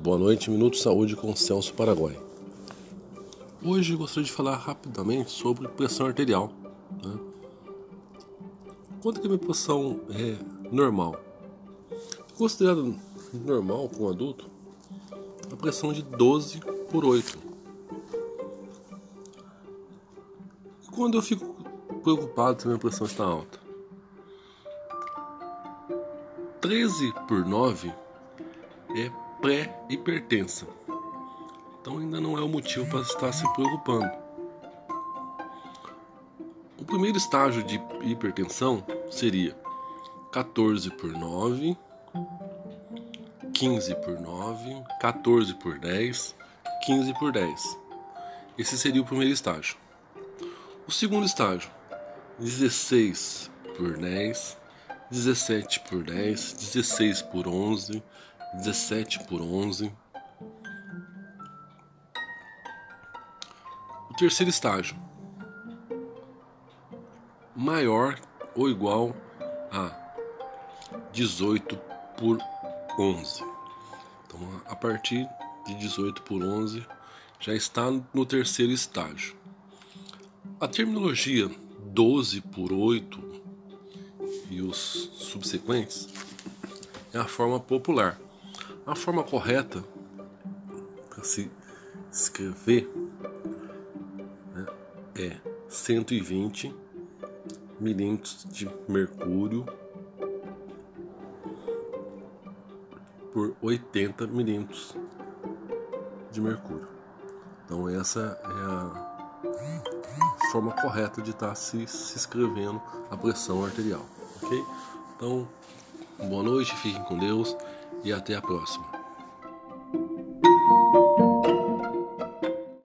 Boa noite, Minuto Saúde com Celso Paraguai. Hoje eu gostaria de falar rapidamente sobre pressão arterial, né? Quanto que a minha pressão é normal? Considerado normal para um adulto a pressão de 12/8. E quando eu fico preocupado se a minha pressão está alta, 13/9 é pré-hipertensa. Então ainda não é o motivo para estar se preocupando. O primeiro estágio de hipertensão seria 14/9, 15/9, 14/10, 15/10. Esse seria o primeiro estágio. O segundo estágio, 16/10, 17/10, 16/11, 17/11. O terceiro estágio, maior ou igual a 18/11. Então, a partir de 18/11 já está no terceiro estágio. A terminologia 12/8 e os subsequentes é a forma popular. A forma correta para se escrever, né, é 120 milímetros de mercúrio por 80 milímetros de mercúrio. Então essa é a forma correta de estar se escrevendo a pressão arterial, ok? Então, boa noite, fiquem com Deus e até a próxima.